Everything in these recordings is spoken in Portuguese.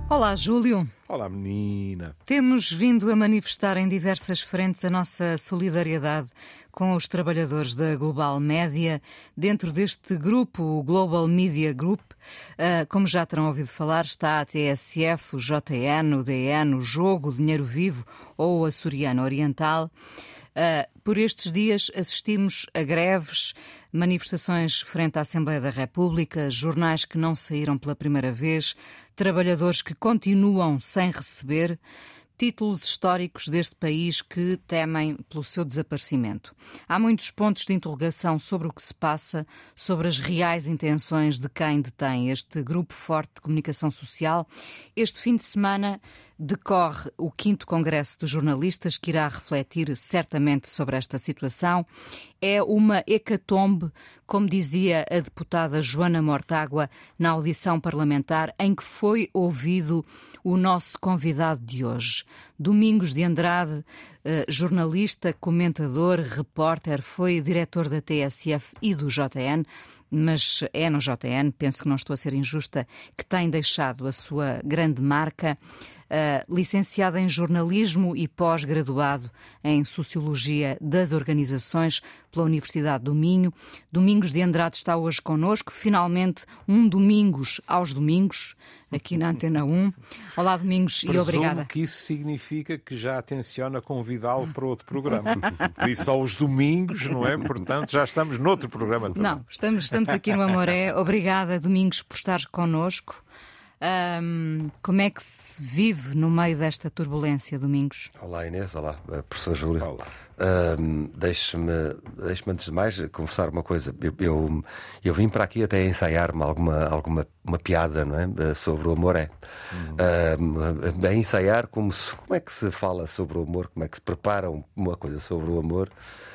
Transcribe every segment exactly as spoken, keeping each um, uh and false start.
Olá, Júlio. Olá, menina. Temos vindo a manifestar em diversas frentes a nossa solidariedade com os trabalhadores da Global Média. Dentro deste grupo, o Global Media Group, uh, como já terão ouvido falar, está a T S F, o J N, o D N, o Jogo, o Dinheiro Vivo ou o Açoriano Oriental. Uh, por estes dias assistimos a greves, manifestações frente à Assembleia da República, jornais que não saíram pela primeira vez, trabalhadores que continuam sem receber, títulos históricos deste país que temem pelo seu desaparecimento. Há muitos pontos de interrogação sobre o que se passa, sobre as reais intenções de quem detém este grupo forte de comunicação social. Este fim de semana decorre o quinto Congresso dos Jornalistas, que irá refletir certamente sobre esta situação. É uma hecatombe, como dizia a deputada Joana Mortágua na audição parlamentar, em que foi ouvido o nosso convidado de hoje. Domingos de Andrade, eh, jornalista, comentador, repórter, foi diretor da T S F e do J N, mas é no J N, penso que não estou a ser injusta, que tem deixado a sua grande marca. Uh, licenciado em jornalismo e pós-graduado em Sociologia das Organizações pela Universidade do Minho. Domingos de Andrade está hoje connosco, finalmente um Domingos aos domingos, aqui na Antena um. Olá, Domingos, Presumo e obrigada. Que isso significa que já tenciona convidá-lo para outro programa. Por isso, aos domingos, não é? Portanto, já estamos noutro programa também. Não, estamos, estamos aqui no Amoré. Obrigada, Domingos, por estares connosco. Um, como é que se vive no meio desta turbulência, Domingos? Olá, Inês. Olá, professor Júlio. Olá. Um, Deixe-me, deixe-me antes de mais confessar uma coisa. Eu, eu, eu vim para aqui até ensaiar-me alguma, alguma uma piada, não é? Sobre o amor. É uhum. um, a ensaiar como, se, como é que se fala sobre o amor, como é que se prepara uma coisa sobre o amor.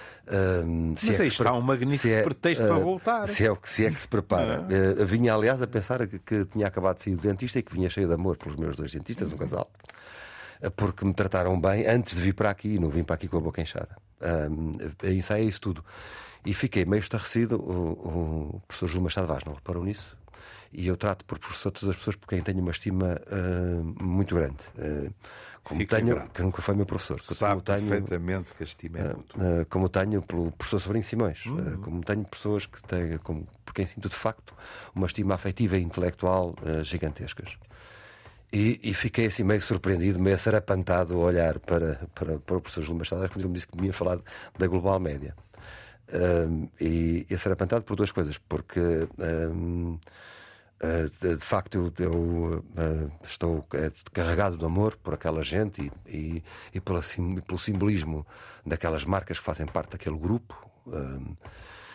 Um, Mas é aí está um magnífico é, pretexto uh, para voltar. Se é, o que, se é que se prepara. Uh, eu vinha, aliás, a pensar que, que tinha acabado de sair do dentista e que vinha cheio de amor pelos meus dois dentistas, um casal, uh, porque me trataram bem antes de vir para aqui e não vim para aqui com a boca inchada. Um, ensaiei isso tudo e fiquei meio estarrecido. O, o professor Júlio Machado Vaz não reparou nisso. E eu trato por professor todas as pessoas por quem tenho uma estima uh, muito grande. Uh, como Fica tenho, grato. que nunca foi meu professor. Sabe tenho, perfeitamente que a estima é mútua. Uh, uh, como tenho pelo professor Sobrinho Simões. Uhum. Uh, como tenho pessoas que têm, como, por quem sinto de facto uma estima afetiva e intelectual uh, gigantescas. E, e fiquei assim meio surpreendido, meio sarapantado a olhar para, para, para o professor Júlio Machado quando ele me disse que me ia falar da Global Média. Uh, e, e sarapantado por duas coisas. Porque... Uh, Uh, de, de facto eu, eu uh, estou uh, carregado de amor por aquela gente e, e, e pela sim, pelo simbolismo daquelas marcas que fazem parte daquele grupo, uh, uh,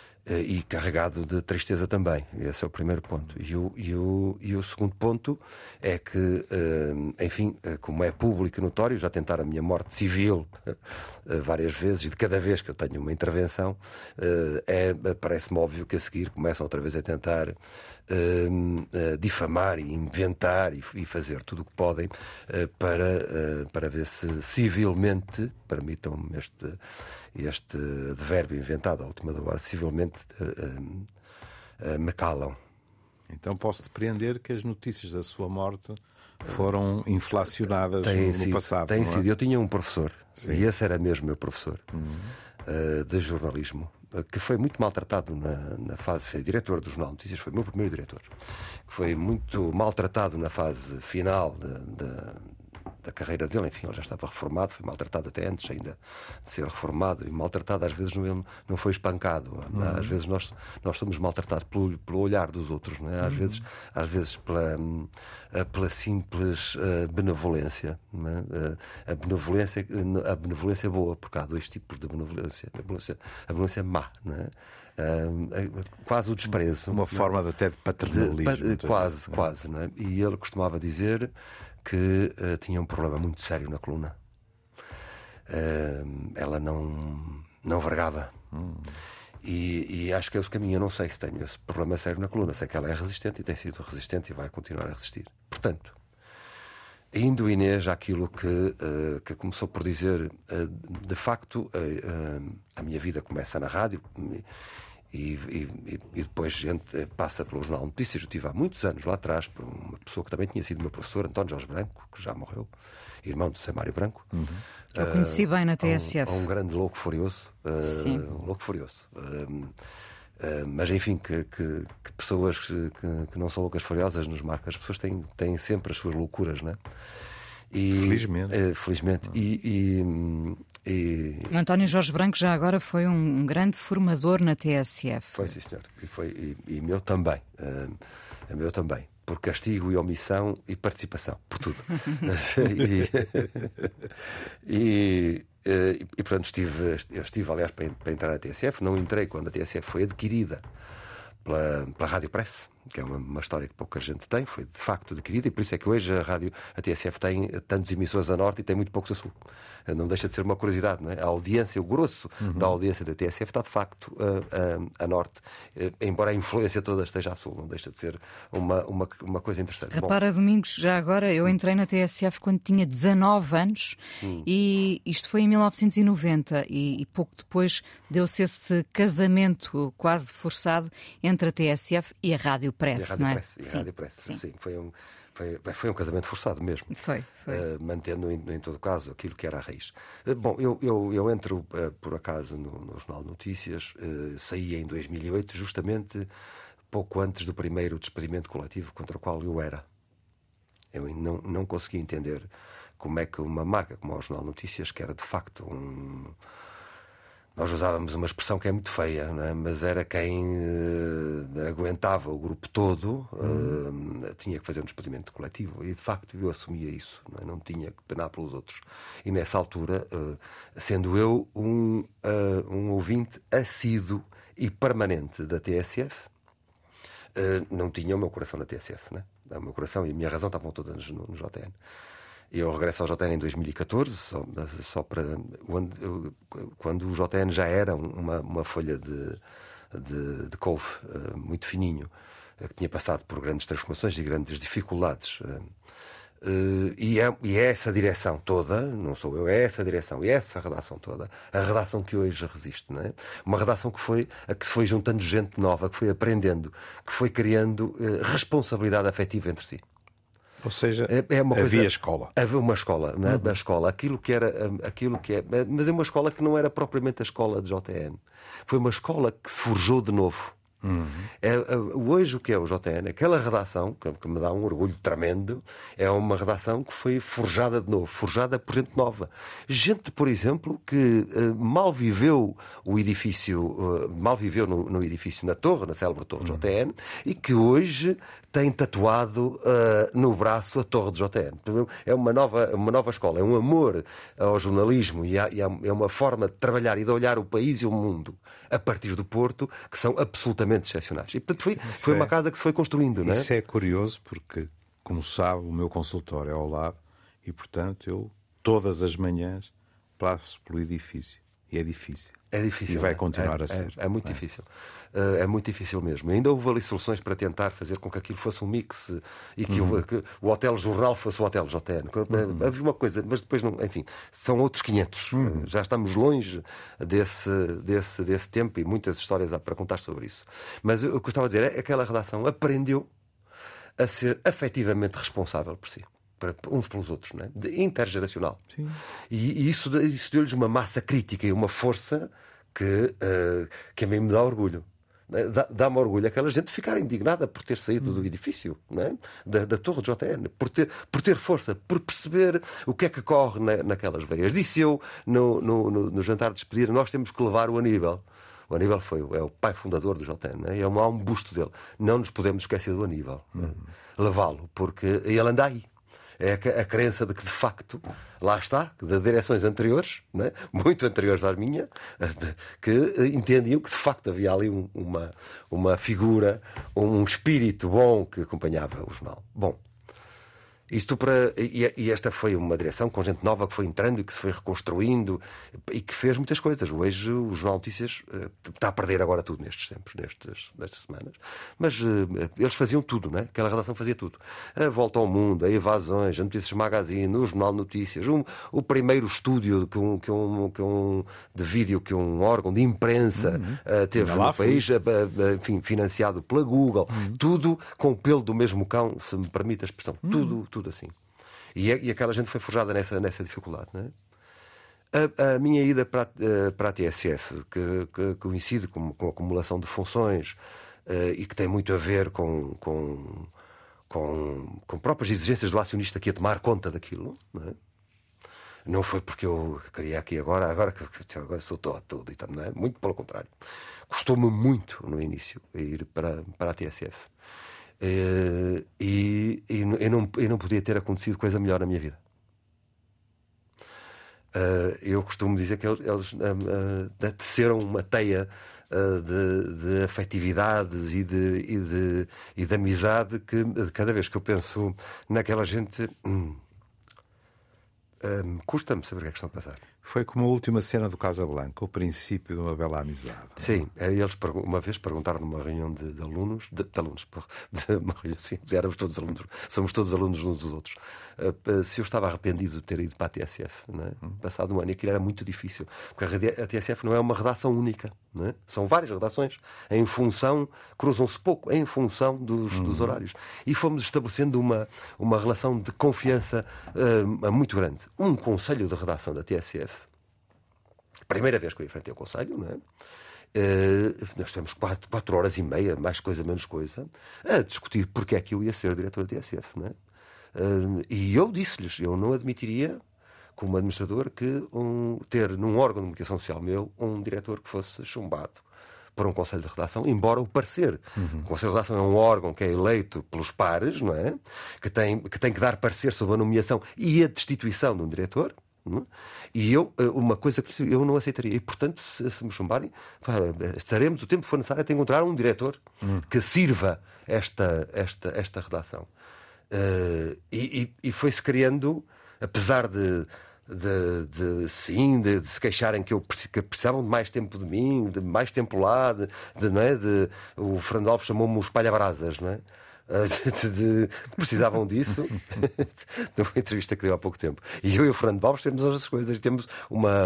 e carregado de tristeza também. Esse é o primeiro ponto. E o, e o, e o segundo ponto é que, uh, enfim, uh, como é público e notório, já tentaram a minha morte civil uh, várias vezes, e de cada vez que eu tenho uma intervenção, uh, é, parece-me óbvio que a seguir começam outra vez a tentar Uh, uh, difamar e inventar e, e fazer tudo o que podem uh, para, uh, para ver se civilmente, permitam-me este, este advérbio inventado à última da hora, civilmente uh, uh, uh, me calam. Então posso depreender que as notícias da sua morte foram inflacionadas tem no, sido, no passado. Tem não sido. É? Eu tinha um professor, Sim. E esse era mesmo meu professor, uhum. uh, de jornalismo, que foi muito maltratado na, na fase, foi diretor do Jornal Notícias, foi o meu primeiro diretor, foi muito maltratado na fase final de, de, da carreira dele. Enfim, ele já estava reformado, foi maltratado até antes ainda de ser reformado, e maltratado às vezes não, não foi espancado. Uhum. Às vezes nós, nós somos maltratados pelo, pelo olhar dos outros, não é? Às, uhum. vezes, às vezes pela, pela simples uh, benevolência, não é? uh, a benevolência a benevolência é boa, porque há dois tipos de benevolência: a benevolência, a benevolência má, não é? Uh, quase o desprezo, uma forma de, até de paternalismo, de, quase, quase, não é? E ele costumava dizer que uh, tinha um problema muito sério na coluna. Uh, ela não, não vergava. Hum. E, e acho que é o caminho. Eu não sei se tenho esse problema sério na coluna. Sei que ela é resistente e tem sido resistente e vai continuar a resistir. Portanto, indo, Inês, àquilo que, uh, que começou por dizer, uh, de facto, uh, uh, a minha vida começa na rádio. E, e, e depois a gente passa pelo Jornal Notícias. Eu tive há muitos anos lá atrás por uma pessoa que também tinha sido meu professor, António Jorge Branco, que já morreu, irmão de José Mário Branco. Uhum. Eu conheci bem na T S F. Um, um grande louco furioso. Uh, Sim. Um louco furioso. Uh, uh, mas enfim, que, que, que pessoas que, que, que não são loucas furiosas nos marcam. As pessoas têm, têm sempre as suas loucuras, não é? E, felizmente. Uh, felizmente. E, e, e... O António Jorge Branco já agora foi um, um grande formador na T S F. Foi, sim, senhor. E, foi, e, e meu também. Uh, meu também. Por castigo e omissão e participação, por tudo. e, e, e, e, portanto, estive, eu estive, aliás, para, para entrar na T S F. Não entrei quando a T S F foi adquirida pela, pela Rádio Press, que é uma, uma história que pouca gente tem, foi de facto adquirida, e por isso é que hoje a, rádio, a T S F tem tantos emissores a norte e tem muito poucos a sul. Não deixa de ser uma curiosidade, não é? A audiência, o grosso uhum. da audiência da T S F está de facto a, a, a norte, embora a influência toda esteja a sul, não deixa de ser uma, uma, uma coisa interessante. Repara, Bom, Domingos, já agora, eu entrei na T S F quando tinha dezanove anos hum. e isto foi em mil novecentos e noventa e, e pouco depois deu-se esse casamento quase forçado entre a T S F e a Rádio Press, e a Rádio não é? Press, e sim, a Rádio Press, sim. sim, foi um... Foi, foi um casamento forçado mesmo. Foi, foi. Uh, mantendo, em, em todo caso, aquilo que era a raiz. Uh, bom, eu, eu, eu entro, uh, por acaso, no, no Jornal de Notícias, uh, saí em dois mil e oito, justamente pouco antes do primeiro despedimento coletivo contra o qual eu era. Eu não, não conseguia entender como é que uma marca como o Jornal de Notícias, que era de facto um... Nós usávamos uma expressão que é muito feia, não é? Mas era quem uh, aguentava o grupo todo, uh, tinha que fazer um despedimento coletivo. E, de facto, eu assumia isso. Não é? Não tinha que penar pelos outros. E, nessa altura, uh, sendo eu um, uh, um ouvinte assíduo e permanente da T S F, uh, não tinha o meu coração na T S F. Não é? O meu coração e a minha razão estavam todas no, no J N. Eu regresso ao J N em dois mil e catorze, só, só para quando, quando o J N já era uma, uma folha de, de, de couve uh, muito fininho, uh, que tinha passado por grandes transformações e grandes dificuldades. Uh, uh, e, é, e é essa direção toda, não sou eu, é essa direção e é essa redação toda, a redação que hoje resiste, não é? Uma redação que, foi, a que se foi juntando gente nova, que foi aprendendo, que foi criando uh, responsabilidade afetiva entre si. Ou seja, é, é uma havia coisa, escola. Havia uma escola, não é? Uhum. A escola, aquilo que era, aquilo que é, mas é uma escola que não era propriamente a escola de J N. Foi uma escola que se forjou de novo. Uhum. É, hoje o que é o J N, aquela redação que, que me dá um orgulho tremendo, é uma redação que foi forjada de novo, forjada por gente nova, gente, por exemplo, que uh, mal viveu o edifício, uh, mal viveu no, no edifício, na torre, na célebre torre uhum. J N, e que hoje tem tatuado uh, no braço a torre de J N. É uma nova, uma nova escola, é um amor ao jornalismo e, há, e há, é uma forma de trabalhar e de olhar o país e o mundo a partir do Porto que são absolutamente excepcionais. E portanto foi, foi uma casa que se foi construindo, não é? Isso é curioso porque, como sabe, o meu consultório é ao lado e, portanto, eu todas as manhãs passo pelo edifício. E é difícil. É difícil. E vai é? continuar é, a ser. É, é muito é? difícil. Uh, é muito difícil mesmo. Ainda houve ali soluções para tentar fazer com que aquilo fosse um mix e que, uhum. o, que o Hotel Jornal fosse o Hotel J N. Uhum. Havia uma coisa, mas depois não. Enfim, são outros quinhentos. Uhum. Uh, já estamos longe desse, desse, desse tempo e muitas histórias há para contar sobre isso. Mas o que eu estava a dizer é que aquela redação aprendeu a ser afetivamente responsável por si. Para uns pelos outros, não é? De intergeracional. Sim. E, e isso, isso deu-lhes uma massa crítica e uma força que, uh, que a mim me dá orgulho. Dá, dá-me orgulho aquela gente ficar indignada por ter saído do edifício, não é? da, da torre de J N, por ter, por ter força, por perceber o que é que corre na, naquelas veias. Disse eu no, no, no, no jantar de despedida, nós temos que levar o Aníbal. O Aníbal foi, é o pai fundador do J N, não é? É um, há um busto dele. Não nos podemos esquecer do Aníbal. Uhum. Levá-lo, porque ele anda aí. É a, a crença de que, de facto, lá está, de direções anteriores, né? Muito anteriores à minha, que entendiam que, de facto, havia ali um, uma, uma figura, um espírito bom que acompanhava o jornal. Bom, Isto para, e, e esta foi uma direção com gente nova que foi entrando e que se foi reconstruindo e que fez muitas coisas. Hoje o Jornal de Notícias uh, está a perder agora tudo nestes tempos, nestes, nestas semanas. Mas uh, eles faziam tudo, né? Aquela redação fazia tudo. A Volta ao Mundo, a Evasões, a Notícias Magazine, o Jornal de Notícias, um, o primeiro estúdio que um, que um, que um, de vídeo que um órgão de imprensa uhum. uh, teve no país, uh, uh, enfim, financiado pela Google. Uhum. Tudo com o pelo do mesmo cão, se me permite a expressão. Uhum. Tudo, tudo assim. E, e aquela gente foi forjada nessa, nessa dificuldade, não é? A, a minha ida para, a, para a T S F, que, que coincide com, com a acumulação de funções uh, e que tem muito a ver com, com, com, com próprias exigências do acionista que ia tomar conta daquilo, não é? Não foi porque eu queria aqui agora, agora que agora sou todo, todo e tal, não é? Muito pelo contrário. Custou-me muito no início ir para, para a T S F. Uh, e, e eu, não, eu não podia ter acontecido coisa melhor na minha vida. Uh, eu costumo dizer que eles uh, uh, teceram uma teia uh, de, de afetividades e de, e, de, e de amizade que cada vez que eu penso naquela gente hum, hum, custa-me saber o que é que estão a passar. Foi como a última cena do Casablanca, o princípio de uma bela amizade. Sim, eles uma vez perguntaram numa reunião de, de alunos, de, de alunos, de uma reunião, sim, éramos todos alunos, somos todos alunos uns dos outros, uh, se eu estava arrependido de ter ido para a T S F, não é? Hum. Passado um ano, e aquilo era muito difícil, porque a T S F não é uma redação única, não é? São várias redações, em função, cruzam-se pouco, em função dos, hum. dos horários. E fomos estabelecendo uma, uma relação de confiança uh, muito grande. Um conselho de redação da T S F, primeira vez que eu enfrentei o Conselho, não é? Uh, nós tivemos quatro, quatro horas e meia, mais coisa, menos coisa, a discutir porque é que eu ia ser diretor da T S F, não é? Uh, e eu disse-lhes, eu não admitiria, como administrador, que um, ter num órgão de comunicação social meu um diretor que fosse chumbado por um Conselho de Redação, embora o parecer. Uhum. O Conselho de Redação é um órgão que é eleito pelos pares, não é? Que tem que, tem que dar parecer sobre a nomeação e a destituição de um diretor. E eu, uma coisa que eu não aceitaria. E, portanto, se, se me chumbarem, estaremos o tempo que for necessário até encontrar um diretor hum. que sirva esta, esta, esta redação. Uh, e, e, e foi-se criando, apesar de, de, de sim, de, de se queixarem que, eu, que precisavam de mais tempo de mim, de mais tempo lá, de, de, não é? de, o Fernando Alves chamou-me o espalha-brasas, não é? De, de, que precisavam disso numa entrevista que deu há pouco tempo. E eu e o Fernando Alves temos as coisas, temos uma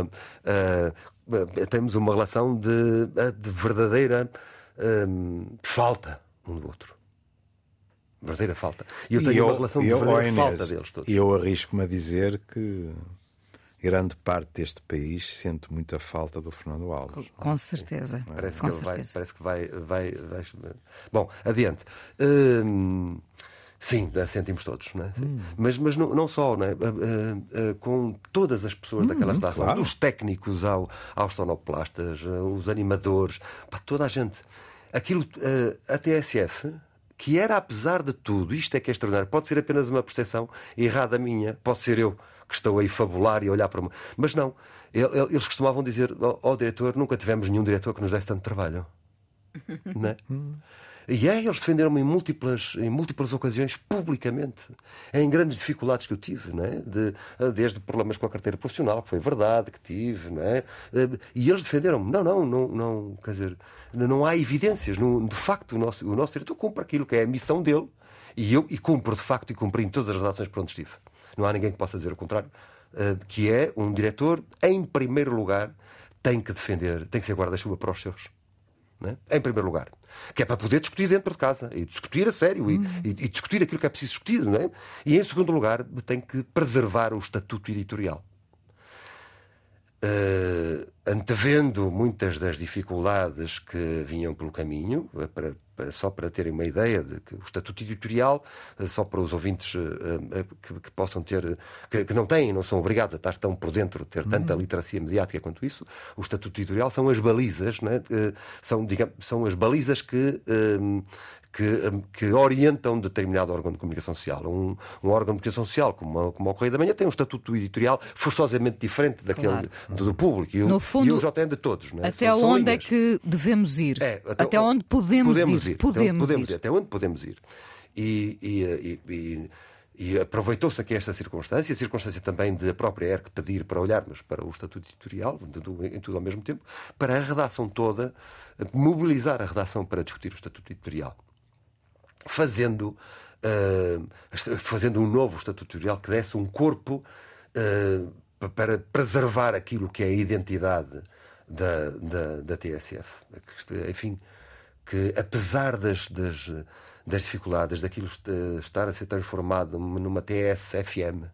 uh, temos uma relação de, de verdadeira um, falta um do outro, verdadeira falta. E eu tenho e eu, uma relação de verdadeira Inês, falta deles todos. E eu arrisco-me a dizer que grande parte deste país sente muita falta do Fernando Alves. Com certeza. É? Parece, Com que certeza. Vai, parece que vai, vai, vai... Bom, adiante. Hum, sim, sentimos todos, não é? Hum. Mas, mas não, não só, não é? Uh, uh, uh, com todas as pessoas hum, daquela redação, claro. Dos técnicos ao, aos sonoplastas, uh, os animadores, pá, toda a gente. Aquilo, uh, a T S F, que era, apesar de tudo, isto é que é extraordinário, pode ser apenas uma percepção errada minha, pode ser eu que estou a fabular e a olhar para uma... Mas não, eles costumavam dizer ao oh, diretor, nunca tivemos nenhum diretor que nos desse tanto trabalho. Não é? E é, eles defenderam-me em múltiplas, em múltiplas ocasiões, publicamente, em grandes dificuldades que eu tive, não é? De, desde problemas com a carteira profissional, que foi verdade que tive, não é? E eles defenderam-me. Não, não, não, não, quer dizer, não há evidências. Não, de facto, o nosso, o nosso diretor cumpre aquilo que é a missão dele, e eu e cumpro, de facto, e cumpri em todas as redações por onde estive. Não há ninguém que possa dizer o contrário, que é um diretor, em primeiro lugar, tem que defender, tem que ser guarda-chuva para os seus. Não é? Em primeiro lugar. Que é para poder discutir dentro de casa, e discutir a sério, hum. e, e discutir aquilo que é preciso discutir. Não é? E, em segundo lugar, tem que preservar o estatuto editorial. Uh, antevendo muitas das dificuldades que vinham pelo caminho, para, para, só para terem uma ideia de que o estatuto editorial, só para os ouvintes uh, uh, que, que possam ter, que, que não têm, não são obrigados a estar tão por dentro, ter tanta uhum. literacia mediática quanto isso, o estatuto editorial são as balizas, né? uh, são, digamos, são as balizas que... Uh, Que, que orientam determinado órgão de comunicação social. Um, um órgão de comunicação social, como, como o Correio da Manhã, tem um estatuto editorial forçosamente diferente daquele claro. do, do público. E o, no fundo, e o J N de todos. Não é? Até são, onde são é que devemos ir? É, até, até onde podemos, podemos ir. ir. Podemos, podemos ir. ir. Até onde podemos ir. E... e, e, e E aproveitou-se aqui esta circunstância, a circunstância também de a própria E R C pedir para olharmos para o Estatuto Editorial, em tudo ao mesmo tempo, para a redação toda, mobilizar a redação para discutir o Estatuto Editorial. Fazendo, uh, fazendo um novo Estatuto Editorial que desse um corpo uh, para preservar aquilo que é a identidade da, da, da T S F. Enfim, que apesar das... das das dificuldades, daquilo estar a ser transformado numa T S F M,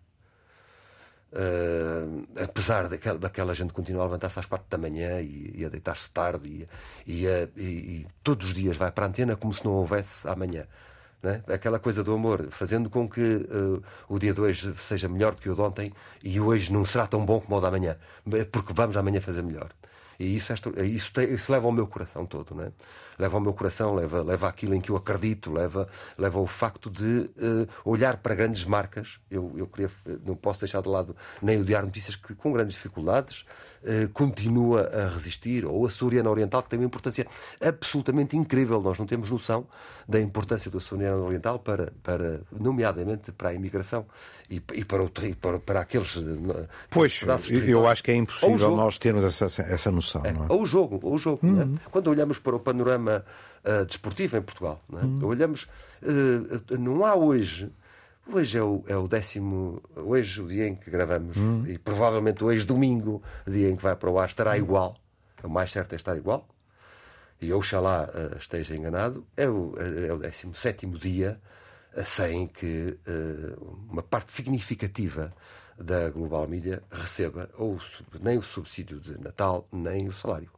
uh, apesar daquela, daquela gente continuar a levantar-se às quatro da manhã e, e a deitar-se tarde e, e, a, e, e todos os dias vai para a antena como se não houvesse amanhã. Não é? Aquela coisa do amor, fazendo com que uh, o dia de hoje seja melhor do que o de ontem e hoje não será tão bom como o de amanhã, porque vamos amanhã fazer melhor. E isso, é, isso, tem, isso leva ao meu coração todo, não é? Leva ao meu coração, leva, leva aquilo em que eu acredito, leva, leva ao facto de uh, olhar para grandes marcas. Eu, eu queria, não posso deixar de lado nem o Diário de Notícias, que com grandes dificuldades uh, continua a resistir, ou a Açoriana Oriental, que tem uma importância absolutamente incrível. Nós não temos noção da importância do Açoriana Oriental, para, para, nomeadamente para a imigração e, e para, o, para, para aqueles... Pois, eu acho que é impossível nós termos essa, essa noção. É, não é? Ou o jogo, ou o jogo. Hum. Não é? Quando olhamos para o panorama uh, desportivo em Portugal, não é? Hum. olhamos, uh, não há hoje, hoje é o, é o décimo, hoje o dia em que gravamos, hum. e provavelmente hoje, domingo, o dia em que vai para o ar, estará hum. igual. O mais certo é estar igual. E oxalá uh, esteja enganado. É o, é o décimo sétimo dia uh, sem que uh, uma parte significativa da Global Media receba ou nem o subsídio de Natal, nem o salário.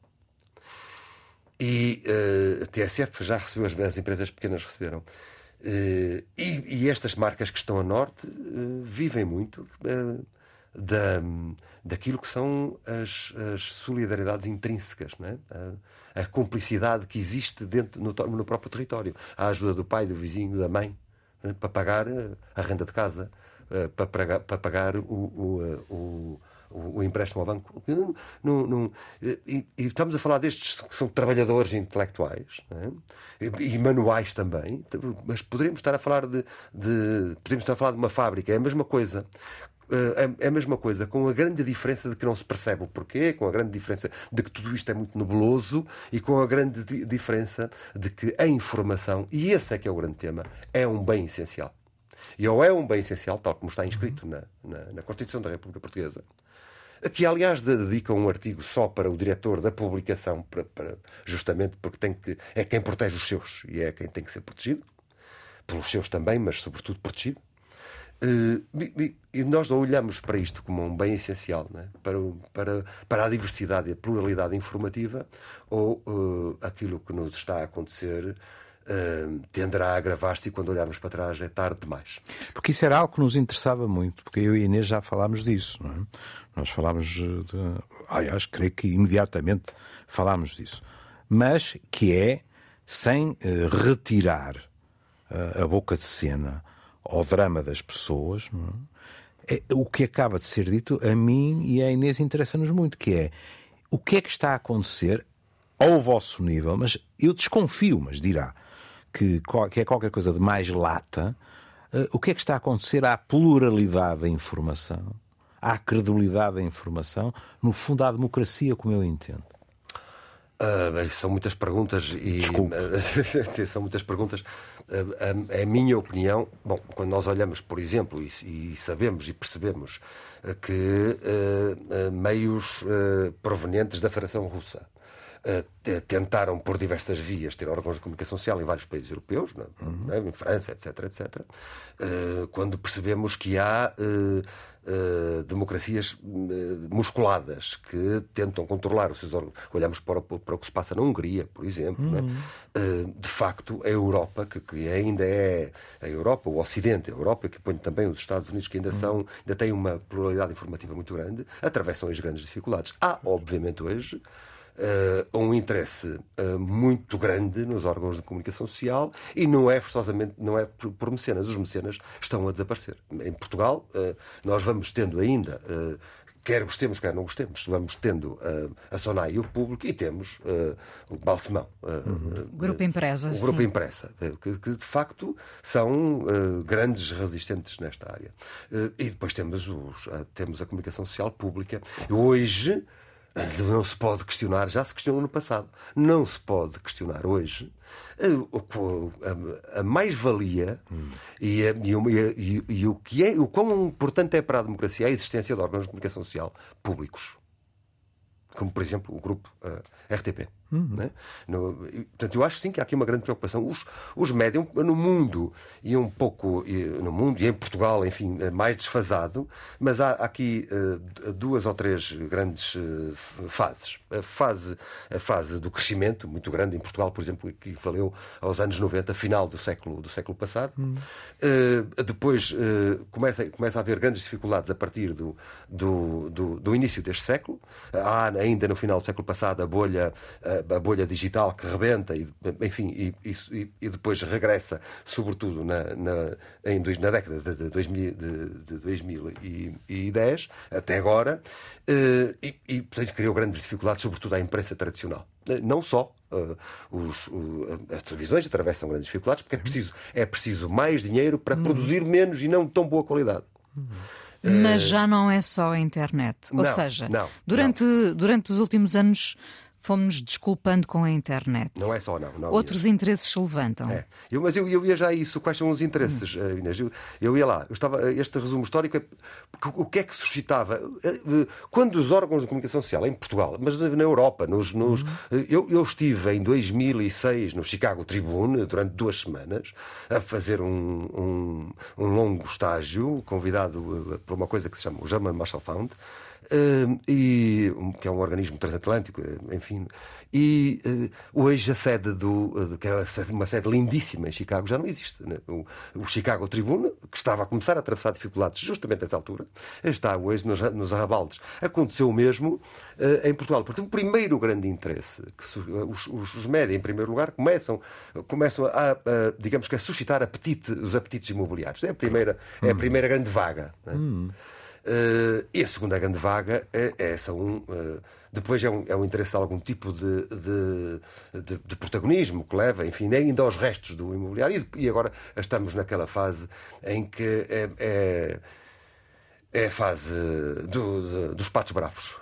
E uh, a T S F já recebeu, as, as empresas pequenas receberam. Uh, e, e estas marcas que estão a norte uh, vivem muito uh, da, daquilo que são as, as solidariedades intrínsecas, não é? a, a cumplicidade que existe dentro, no, no próprio território. A ajuda do pai, do vizinho, da mãe, né? Para pagar a renda de casa, para pagar, para pagar o, o, o, o, o empréstimo ao banco. Não, não, e, e estamos a falar destes que são trabalhadores intelectuais, não é? e, e manuais também, mas poderíamos estar a falar de, de poderíamos estar a falar de uma fábrica. É a mesma coisa. É a mesma coisa, com a grande diferença de que não se percebe o porquê, com a grande diferença de que tudo isto é muito nebuloso e com a grande di- diferença de que a informação, e esse é que é o grande tema, é um bem essencial. E ou é um bem essencial, tal como está inscrito na, na, na Constituição da República Portuguesa, que aliás dedica um artigo só para o diretor da publicação, para, para, justamente porque tem que, é quem protege os seus e é quem tem que ser protegido, pelos seus também, mas sobretudo protegido. E, e nós olhamos para isto como um bem essencial, não é? para, para, para a diversidade e a pluralidade informativa, ou uh, aquilo que nos está a acontecer Uh, tenderá a agravar-se e quando olharmos para trás é tarde demais. Porque isso era algo que nos interessava muito, porque eu e a Inês já falámos disso, não é? Nós falámos de... aliás, creio que imediatamente falámos disso, mas que é sem uh, retirar uh, a boca de cena ao drama das pessoas, não é? É, o que acaba de ser dito a mim e a Inês interessa-nos muito, que é o que é que está a acontecer ao vosso nível, mas eu desconfio, mas dirá que, que é qualquer coisa de mais lata, uh, o que é que está a acontecer à pluralidade da informação, à credibilidade da informação, no fundo à democracia, como eu entendo? Uh, são muitas perguntas e Desculpe. são muitas perguntas. Uh, a, a minha opinião, bom, quando nós olhamos, por exemplo, e, e sabemos e percebemos uh, que uh, uh, meios uh, provenientes da Federação Russa Uh, tentaram por diversas vias ter órgãos de comunicação social em vários países europeus, não, uhum. não, em França, etc, etcétera. Uh, quando percebemos que há uh, uh, democracias uh, musculadas que tentam controlar os seus órgãos. Olhamos para o, para o que se passa na Hungria, por exemplo. Uhum. Não é? uh, de facto, a Europa, que, que ainda é a Europa, o Ocidente, a Europa, que põe também os Estados Unidos, que ainda, uhum. são, ainda têm uma pluralidade informativa muito grande, atravessam as grandes dificuldades. Há, obviamente, hoje Uh, um interesse uh, muito grande nos órgãos de comunicação social e não é forçosamente, não é por, por mecenas. Os mecenas estão a desaparecer. Em Portugal, uh, nós vamos tendo ainda uh, quer gostemos, quer não gostemos, vamos tendo uh, a SONAI e o Público, e temos uh, o Balsemão. Uh, uhum. O Grupo Impressa. O Grupo sim. Impressa, que, que de facto são uh, grandes resistentes nesta área. Uh, e depois temos, os, uh, temos a comunicação social pública. Hoje não se pode questionar, já se questionou no passado, não se pode questionar hoje a, a, a mais-valia hum. e, a, e, e, e o que é, o quão importante é para a democracia a existência de órgãos de comunicação social públicos, como por exemplo o grupo uh, R T P. Uhum. Né? No, portanto, eu acho sim que há aqui uma grande preocupação. Os, os médios no mundo e um pouco e, no mundo e em Portugal, enfim, mais desfasado, mas há aqui uh, duas ou três grandes uh, fases. A fase, a fase do crescimento, muito grande em Portugal, por exemplo, que valeu aos anos noventa, final do século, do século passado. Uhum. Uh, depois uh, começa, começa a haver grandes dificuldades a partir do, do, do, do início deste século. Há ainda no final do século passado a bolha a bolha digital que rebenta e, enfim, e, e, e depois regressa, sobretudo na, na, em, na década de, dois mil, de, de dois mil e dez até agora, e, e portanto criou grandes dificuldades, sobretudo à imprensa tradicional. Não só uh, os, uh, as televisões atravessam grandes dificuldades, porque é preciso, é preciso mais dinheiro para uhum. produzir menos e não de tão boa qualidade. Uhum. Mas já não é só a internet. Ou não, seja, não, durante, não. durante os últimos anos fomos desculpando com a internet. Não é só, não. não Outros Inês. interesses se levantam. É. Eu, mas eu, eu ia já a isso. Quais são os interesses, hum. Inês? Eu, eu ia lá. Eu estava, este resumo histórico, é, o que é que suscitava? Quando os órgãos de comunicação social, em Portugal, mas na Europa, nos, nos, hum. eu, eu estive em dois mil e seis no Chicago Tribune, durante duas semanas, a fazer um, um, um longo estágio, convidado por uma coisa que se chama o German Marshall Fund, Uh, e, que é um organismo transatlântico, enfim, e uh, hoje a sede do uh, que era uma sede lindíssima em Chicago já não existe, né? o, o Chicago Tribune, que estava a começar a atravessar dificuldades justamente nessa altura, está hoje nos, nos arrabaldes. Aconteceu o mesmo uh, em Portugal. Portanto, o primeiro grande interesse que su, uh, os, os, os média, em primeiro lugar, começam, começam a, a, digamos que a suscitar apetite, os apetites imobiliários. É a primeira, é a primeira grande vaga, né? hum. Uh, e a segunda grande vaga é, é essa um, uh, depois é um, é um interesse de algum tipo de, de, de, de protagonismo que leva, enfim, ainda aos restos do imobiliário, e, e agora estamos naquela fase em que é, é, é a fase do, de, dos patos bravos.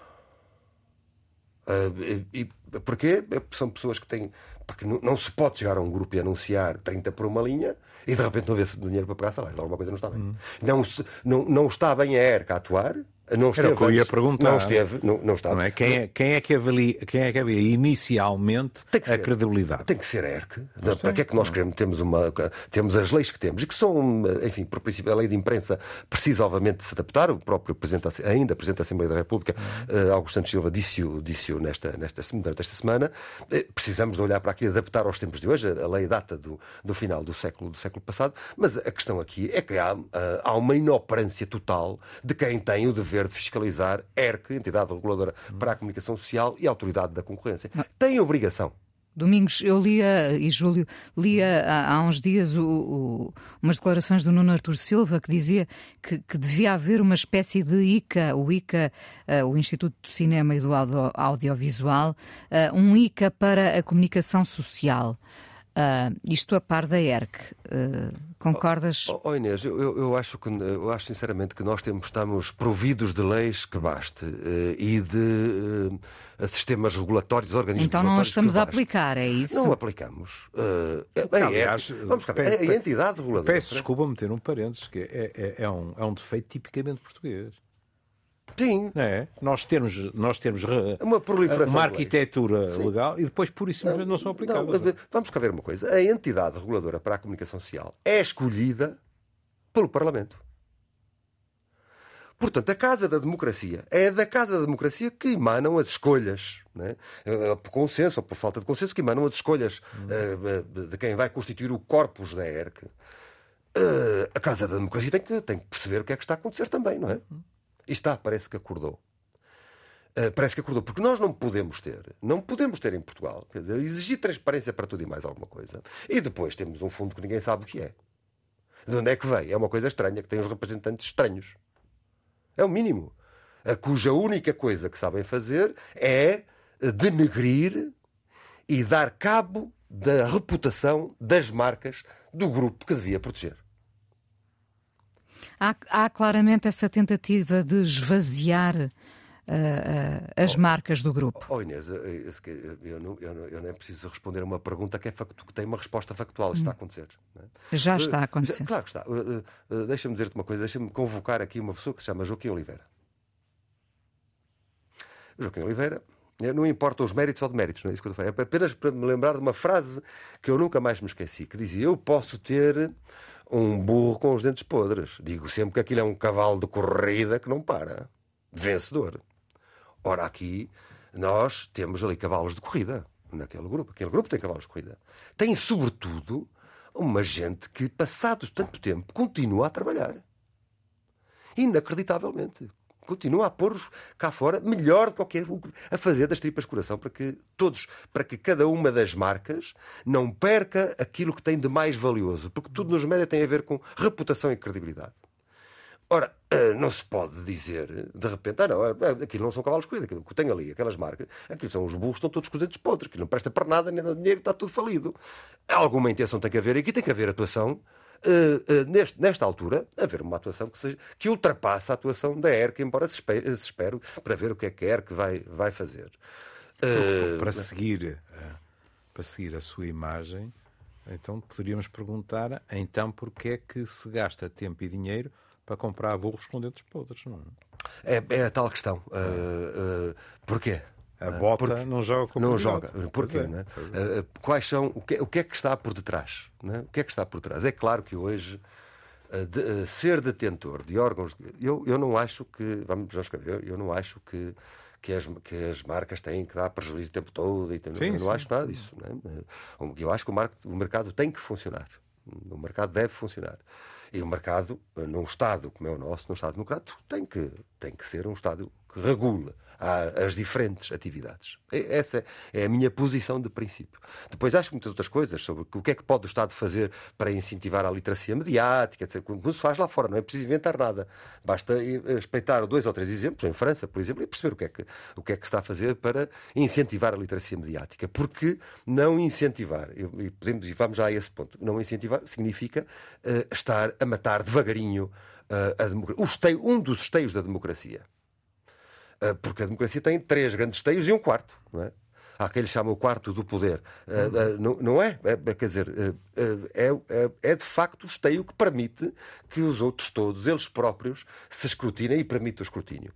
Uh, e, e porquê? São pessoas que têm... Porque não se pode chegar a um grupo e anunciar trinta por uma linha e de repente não haver dinheiro para pagar salários. Alguma coisa não está bem. Hum. Não, não, não está bem a ERC a atuar. Não esteve, Era o que eu ia perguntar. Não esteve, não, não está. Não é? Quem, é, quem é que avalia, quem é que avalia inicialmente tem que a ser, credibilidade? Tem que ser a ERC. Não, para que é que nós queremos? Temos, uma, temos as leis que temos e que são, enfim, por princípio, a lei de imprensa precisa, obviamente, se adaptar. O próprio Presidente, ainda Presidente da Assembleia da República, uh, Augusto Santos Silva, disse-o disse nesta, nesta, durante esta semana. Uh, precisamos de olhar para aqui e adaptar aos tempos de hoje. A lei data do, do final do século, do século passado. Mas a questão aqui é que há, uh, há uma inoperância total de quem tem o dever de fiscalizar ERC, Entidade Reguladora para a Comunicação Social, e a Autoridade da Concorrência. Tem obrigação. Domingos, eu lia, e Júlio, lia há, há uns dias o, o, umas declarações do Nuno Artur Silva que dizia que, que devia haver uma espécie de I C A, o I C A, uh, o Instituto do Cinema e do Audio, Audiovisual, uh, um I C A para a comunicação social. Uh, isto a par da ERC. Uh, concordas? Oh, oh Inês, eu, eu, acho que, eu acho sinceramente que nós temos, estamos providos de leis que baste uh, e de uh, sistemas regulatórios, organismos então não regulatórios estamos que a baste. aplicar, é isso? Não aplicamos. Uh, a, Aliás, ERC, vamos cá, a, a entidade reguladora. Peço desculpa meter um parênteses, que é, é, é, um, é um defeito tipicamente português. Sim. É, nós temos, nós temos uma, uma arquitetura legal e depois, por isso, não, não são aplicadas. Não, vamos cá ver uma coisa. A entidade reguladora para a comunicação social é escolhida pelo Parlamento. Portanto, a Casa da Democracia é da Casa da Democracia que emanam as escolhas, né? Por consenso ou por falta de consenso, que emanam as escolhas hum. uh, de quem vai constituir o corpus da ERC. Uh, a Casa da Democracia tem que, tem que perceber o que é que está a acontecer também, não é? Hum. E está, parece que acordou. Uh, parece que acordou. Porque nós não podemos ter, não podemos ter em Portugal, quer dizer, exigir transparência para tudo e mais alguma coisa. E depois temos um fundo que ninguém sabe o que é. De onde é que vem? É uma coisa estranha, que tem uns representantes estranhos. É o mínimo. a cuja única coisa que sabem fazer é denegrir e dar cabo da reputação das marcas do grupo que devia proteger. Há, há claramente essa tentativa de esvaziar uh, uh, as oh, marcas do grupo. Oh Inês, eu não, eu, não, eu não é preciso responder a uma pergunta que, é factu, que tem uma resposta factual. Isto hum. está a acontecer. Não é? Já está a acontecer. Já, claro que está. Uh, uh, deixa-me dizer-te uma coisa. Deixa-me convocar aqui uma pessoa que se chama Joaquim Oliveira. Joaquim Oliveira, não importa os méritos ou deméritos, não é isso que eu estou a falar. É apenas para me lembrar de uma frase que eu nunca mais me esqueci, que dizia: eu posso ter um burro com os dentes podres. Digo sempre que aquilo é um cavalo de corrida que não para. Vencedor. Ora, aqui nós temos ali cavalos de corrida naquele grupo. Aquele grupo tem cavalos de corrida. Tem, sobretudo, uma gente que, passados tanto tempo, continua a trabalhar. Inacreditavelmente. Continua a pôr-os cá fora melhor do que qualquer a fazer das tripas coração para que todos, para que cada uma das marcas não perca aquilo que tem de mais valioso, porque tudo nos média tem a ver com reputação e credibilidade. Ora, não se pode dizer de repente, ah não, aquilo não são cavalos de corrida, aquilo que tem ali, aquelas marcas, aquilo são os burros, estão todos com os dentes podres, que não presta para nada, nem dá dinheiro, está tudo falido. Alguma intenção tem que haver, e aqui tem que haver atuação. Uh, uh, neste, nesta altura, haver uma atuação que, seja, que ultrapasse a atuação da E R C, embora se espere, se espere para ver o que é que a E R C vai, vai fazer. Uh, para, seguir, uh, para seguir a sua imagem, então poderíamos perguntar, então, porquê é que se gasta tempo e dinheiro para comprar burros com dentes podres, não é? É, é a tal questão. Uh, uh, porquê? A bota Porque não joga como Não joga. Porquê? É. Não é? Uh, quais são, o, que, o que é que está por detrás? Não é? O que é que está por trás? É claro que hoje uh, de, uh, ser detentor de órgãos... Eu, eu não acho que... Vamos já escrever. Eu não acho que, que, as, que as marcas têm que dar prejuízo o tempo todo. E tem, sim, eu não sim. acho nada disso. Não é? Eu acho que o, mar, o mercado tem que funcionar. O mercado deve funcionar. E o mercado, num Estado como é o nosso, num Estado democrático, tem que, tem que ser um Estado que regula as diferentes atividades. Essa é a minha posição de princípio. Depois acho muitas outras coisas sobre o que é que pode o Estado fazer para incentivar a literacia mediática, etcétera, como se faz lá fora. Não é preciso inventar nada. Basta espreitar dois ou três exemplos, em França, por exemplo, e perceber o que é que, o que, é que se está a fazer para incentivar a literacia mediática. Porque não incentivar, e, podemos, e vamos já a esse ponto, não incentivar significa uh, estar a matar devagarinho uh, a democracia. O esteio, um dos esteios da democracia. Porque a democracia tem três grandes esteios e um quarto, não é? Há quem lhe chama o quarto do poder. Uhum. Uh, uh, não, não é? é? Quer dizer, uh, uh, é, é, é de facto o esteio que permite que os outros todos, eles próprios, se escrutinem e permite o escrutínio.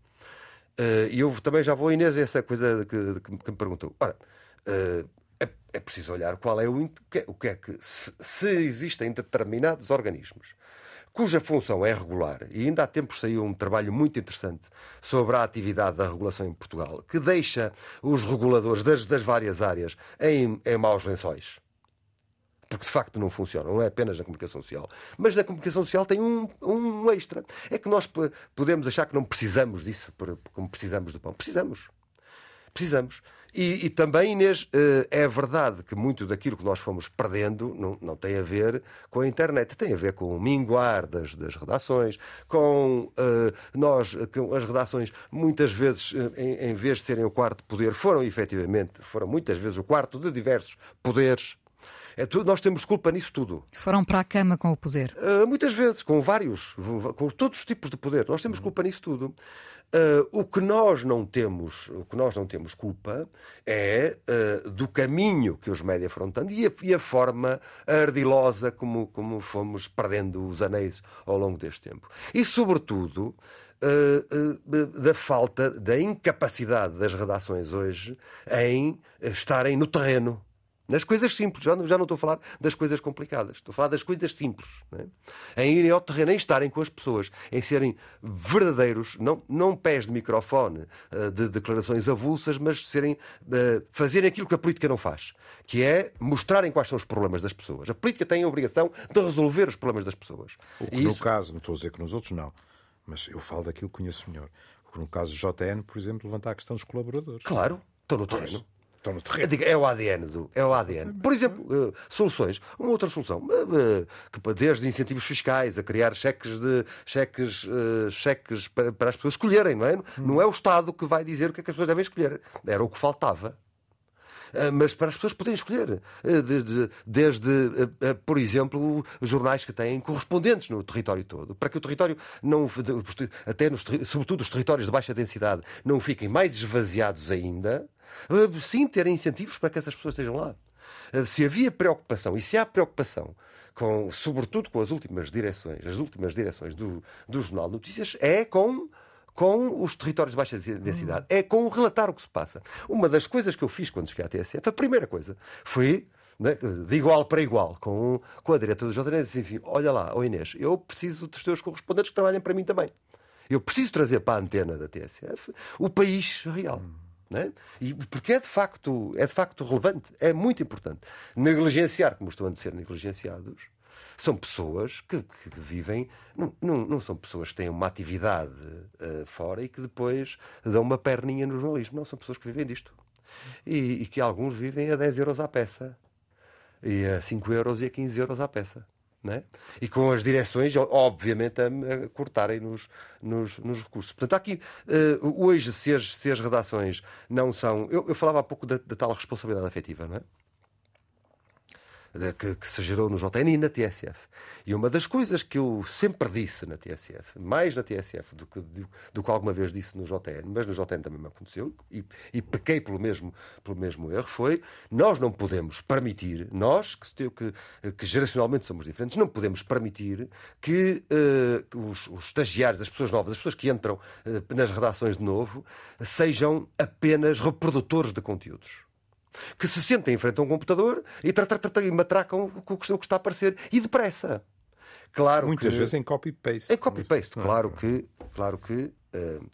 E uh, eu também já vou, Inês, essa coisa que, que, que me perguntou. Ora, uh, é, é preciso olhar qual é o, o que é que... Se, se existem determinados organismos cuja função é regular, e ainda há tempos saiu um trabalho muito interessante sobre a atividade da regulação em Portugal, que deixa os reguladores das, das várias áreas em, em maus lençóis. Porque de facto não funciona, não é apenas na comunicação social. Mas na comunicação social tem um, um extra. É que nós podemos achar que não precisamos disso, como precisamos do pão. Precisamos. Precisamos. E, e também, Inês, é verdade que muito daquilo que nós fomos perdendo não, não tem a ver com a internet. Tem a ver com o minguar das, das redações, com uh, nós, com as redações, muitas vezes, em, em vez de serem o quarto poder, foram efetivamente, foram muitas vezes o quarto de diversos poderes. É tudo, nós temos culpa nisso tudo. Foram para a cama com o poder. Uh, muitas vezes, com vários, com todos os tipos de poder. Nós temos culpa nisso tudo. Uh, o que nós não temos, o que nós não temos culpa é uh, do caminho que os média foram dando e a, e a forma ardilosa como, como fomos perdendo os anéis ao longo deste tempo. E, sobretudo, Uh, uh, da falta, da incapacidade das redações hoje em estarem no terreno. Nas coisas simples, já não, já não estou a falar das coisas complicadas, estou a falar das coisas simples, não é? Em irem ao terreno, em estarem com as pessoas, em serem verdadeiros, não, não pés de microfone, uh, de declarações avulsas, mas serem, uh, fazerem aquilo que a política não faz, que é mostrarem quais são os problemas das pessoas. A política tem a obrigação de resolver os problemas das pessoas. O que, e no isso... caso, não estou a dizer que nos outros não, mas eu falo daquilo que conheço melhor. O que no caso do J N, por exemplo, levanta a questão dos colaboradores. Claro, estão no terreno. Estão no terreno. Digo, é o A D N do, é o A D N. Por exemplo, uh, soluções. Uma outra solução, uh, uh, que desde incentivos fiscais a criar cheques de cheques, uh, cheques para, para as pessoas escolherem, não é? Hum. Não é o Estado que vai dizer o que é que as pessoas devem escolher. Era o que faltava. Uh, mas para as pessoas poderem escolher. Uh, de, de, desde, uh, uh, por exemplo, jornais que têm correspondentes no território todo, para que o território não, até nos, sobretudo os territórios de baixa densidade, não fiquem mais esvaziados ainda. Uh, sim, terem incentivos para que essas pessoas estejam lá. Uh, se havia preocupação, e se há preocupação, com, sobretudo com as últimas direções, as últimas direções do, do Jornal de Notícias, é com... com os territórios de baixa densidade, é com relatar o que se passa. Uma das coisas que eu fiz quando cheguei à T S F, a primeira coisa, foi, né, de igual para igual, com, com a diretora do J N, disse assim, olha lá, oh Inês, eu preciso dos teus correspondentes que trabalhem para mim também. Eu preciso trazer para a antena da T S F o país real. Né? E porque é de, facto, é de facto relevante, é muito importante. Negligenciar, como estão a ser negligenciados, são pessoas que, que vivem, não, não, não são pessoas que têm uma atividade uh, fora e que depois dão uma perninha no jornalismo. Não, são pessoas que vivem disto. E, e que alguns vivem a dez euros à peça, e a cinco euros e a quinze euros à peça. Né? E com as direções, obviamente, a, a cortarem nos, nos, nos recursos. Portanto, aqui, uh, hoje, se as, se as redações não são... Eu, eu falava há pouco da, da tal responsabilidade afetiva, não é? Que, que se gerou no J N e na T S F. E uma das coisas que eu sempre disse na T S F, mais na T S F do que, do, do que alguma vez disse no J N, mas no J N também me aconteceu, e, e pequei pelo mesmo, pelo mesmo erro, foi: nós não podemos permitir, nós, que, que, que geracionalmente somos diferentes, não podemos permitir que, uh, que os, os estagiários, as pessoas novas, as pessoas que entram uh, nas redações de novo, sejam apenas reprodutores de conteúdos. Que se sentem em frente a um computador e, tra tra tra e matracam o que está a aparecer. E depressa. Claro Muitas que... vezes em copy-paste. Em copy-paste. Claro que, claro que uh,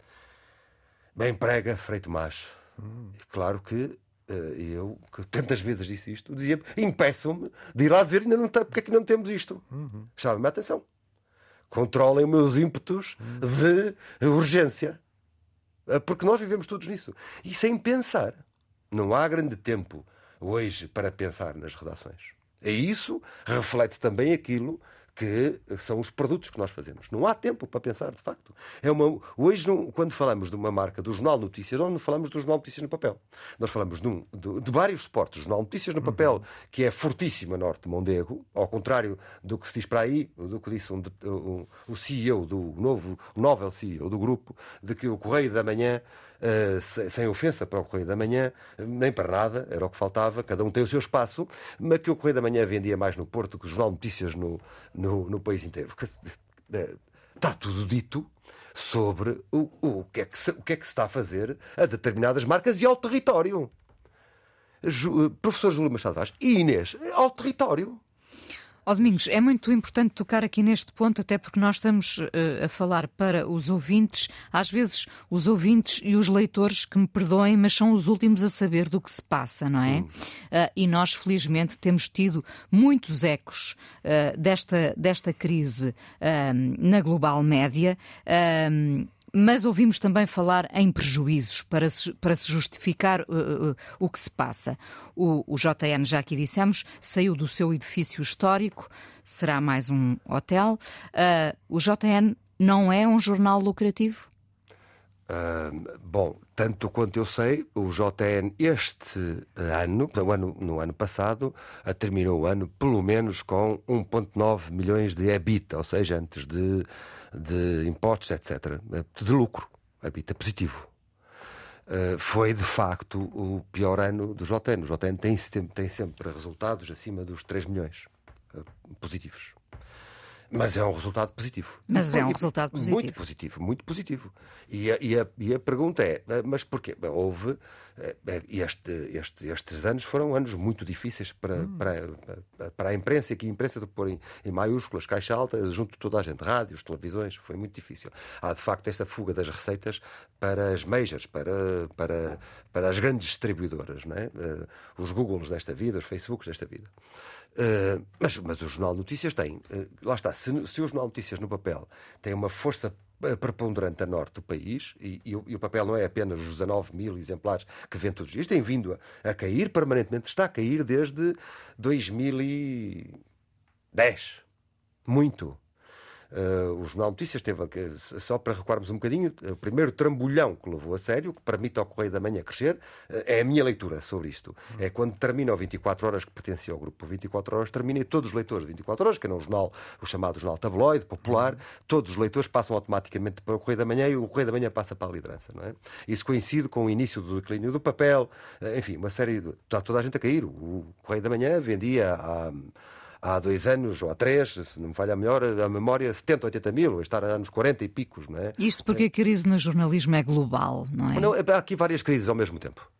bem prega, Freito Macho. Hum. Claro que uh, eu, que tantas vezes disse isto, dizia, impeçam-me de ir lá dizer ainda não tem, porque é que não temos isto. Uhum. Chamem-me a atenção. Controlem os meus ímpetos uhum. de urgência. Uh, porque nós vivemos todos nisso. E sem pensar. Não há grande tempo hoje para pensar nas redações. E isso reflete também aquilo que são os produtos que nós fazemos. Não há tempo para pensar, de facto. É uma... Hoje, quando falamos de uma marca do Jornal de Notícias, nós não falamos do Jornal de Notícias no papel. Nós falamos de, um, de, de vários suportes. O Jornal de Notícias no papel, uhum. que é fortíssimo a norte de Mondego, ao contrário do que se diz para aí, do que disse um, um, o C E O do novo, o novel C E O do grupo, de que o Correio da Manhã, Uh, sem ofensa para o Correio da Manhã, nem para nada, era o que faltava, cada um tem o seu espaço, mas que o Correio da Manhã vendia mais no Porto que o Jornal de Notícias no, no, no país inteiro. Está tudo dito sobre o, o, que é que se, o que é que se está a fazer a determinadas marcas e ao território. Ju, professor Júlio Machado Vaz e Inês, ao território. Ó Domingos, é muito importante tocar aqui neste ponto, até porque nós estamos uh, a falar para os ouvintes, às vezes os ouvintes e os leitores, que me perdoem, mas são os últimos a saber do que se passa, não é? Hum. Uh, e nós, felizmente, temos tido muitos ecos uh, desta, desta crise uh, na global média. Uh, Mas ouvimos também falar em prejuízos para se, para se justificar uh, uh, o que se passa. O, o J N, já aqui dissemos, saiu do seu edifício histórico, será mais um hotel. Uh, o J N não é um jornal lucrativo? Uh, bom, tanto quanto eu sei, o J N este ano, no ano, no ano passado, terminou o ano pelo menos com um vírgula nove milhões de EBITDA, ou seja, antes de, de impostos, etcétera, de lucro, EBITDA positivo. Uh, foi, de facto, o pior ano do J N. O J N tem, tem sempre resultados acima dos três milhões uh, positivos. Mas é um resultado positivo. Mas é um resultado positivo. Muito positivo, muito positivo. E a, e a, e a pergunta é, mas porquê? Houve, este, este, estes anos foram anos muito difíceis para, hum. para, para a imprensa, que a imprensa de pôr em, em maiúsculas, caixa alta, junto de toda a gente, rádios, televisões, foi muito difícil. Há, de facto, essa fuga das receitas para as majors, para, para, para as grandes distribuidoras, não é? Os Googles desta vida, os Facebooks desta vida. Uh, mas, mas o Jornal de Notícias tem, uh, lá está, se, se o Jornal de Notícias no papel tem uma força preponderante a norte do país, e, e, o, e o papel não é apenas os dezanove mil exemplares que vêm todos os dias, tem vindo a, a cair permanentemente, está a cair desde dois mil e dez. Muito. Uh, o Jornal de Notícias teve, só para recuarmos um bocadinho, o primeiro trambolhão que levou a sério, que permite ao Correio da Manhã crescer, uh, é a minha leitura sobre isto. É quando termina o vinte e quatro horas, que pertencia ao grupo vinte e quatro horas, termina e todos os leitores de vinte e quatro horas, que era um jornal, o chamado jornal tabloide, popular, todos os leitores passam automaticamente para o Correio da Manhã e o Correio da Manhã passa para a liderança. Não é? Isso coincide com o início do declínio do papel, uh, enfim, uma série de... Está toda a gente a cair. O Correio da Manhã vendia a... Há dois anos, ou há três, se não me falha a, melhor, a memória, setenta, oitenta mil, estar a anos quarenta e picos, não é? Isto porque a crise no jornalismo é global, não é? Não, há aqui várias crises ao mesmo tempo.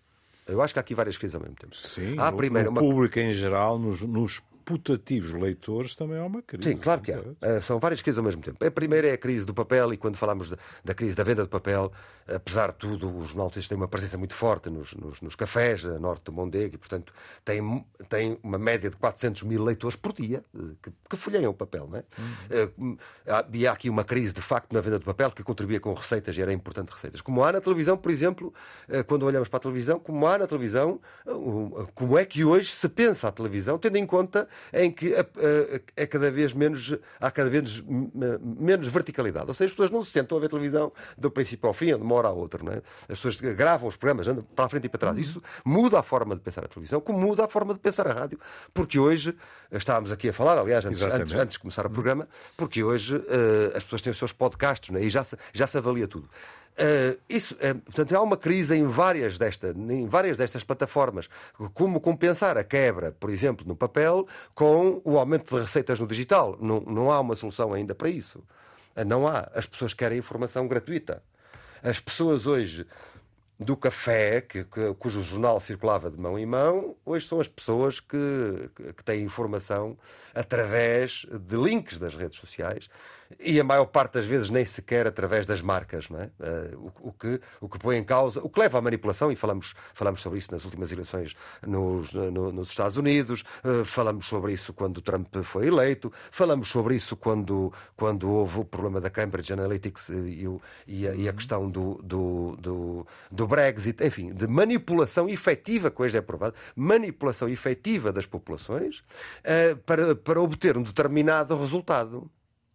Eu acho que há aqui várias crises ao mesmo tempo. Sim, há no, primeiro, no uma... público em geral, nos, nos putativos leitores, também há uma crise. Sim, claro que há. Uh, são várias crises ao mesmo tempo. A primeira é a crise do papel, e quando falamos de, da crise da venda de papel, apesar de tudo, os jornalistas têm uma presença muito forte nos, nos, nos cafés a norte do Mondego, e, portanto, tem, tem uma média de quatrocentos mil leitores por dia que, que folheiam o papel, não é? Uhum. Uh, e há aqui uma crise, de facto, na venda de papel que contribuía com receitas, e era importante receitas. Como há na televisão, por exemplo, uh, quando olhamos para a televisão, como há na televisão, uh, como é que hoje se pensa a televisão, tendo em conta em que a, é cada vez menos, há cada vez menos verticalidade. Ou seja, as pessoas não se sentam a ver televisão do princípio ao fim, de uma hora à outra. Não é? As pessoas gravam os programas, andam para a frente e para trás. Isso muda a forma de pensar a televisão, como muda a forma de pensar a rádio. Porque hoje, estávamos aqui a falar, aliás, antes, antes, antes de começar o programa, porque hoje uh, as pessoas têm os seus podcasts, não é? E já se, já se avalia tudo. Uh, isso, uh, portanto, há uma crise em várias, desta, em várias destas plataformas. Como compensar a quebra, por exemplo, no papel, com o aumento de receitas no digital? Não, não há uma solução ainda para isso. Uh, não há. As pessoas querem informação gratuita. As pessoas hoje do café, que, que, cujo jornal circulava de mão em mão, hoje são as pessoas que, que, que têm informação através de links das redes sociais, e a maior parte das vezes nem sequer através das marcas, não é? Uh, o, o, que, o que põe em causa, o que leva à manipulação, e falamos, falamos sobre isso nas últimas eleições nos, no, nos Estados Unidos, uh, falamos sobre isso quando Trump foi eleito, falamos sobre isso quando, quando houve o problema da Cambridge Analytics e, o, e, a, e a questão do, do, do, do Brexit, enfim, de manipulação efetiva, que hoje é provado, manipulação efetiva das populações uh, para, para obter um determinado resultado.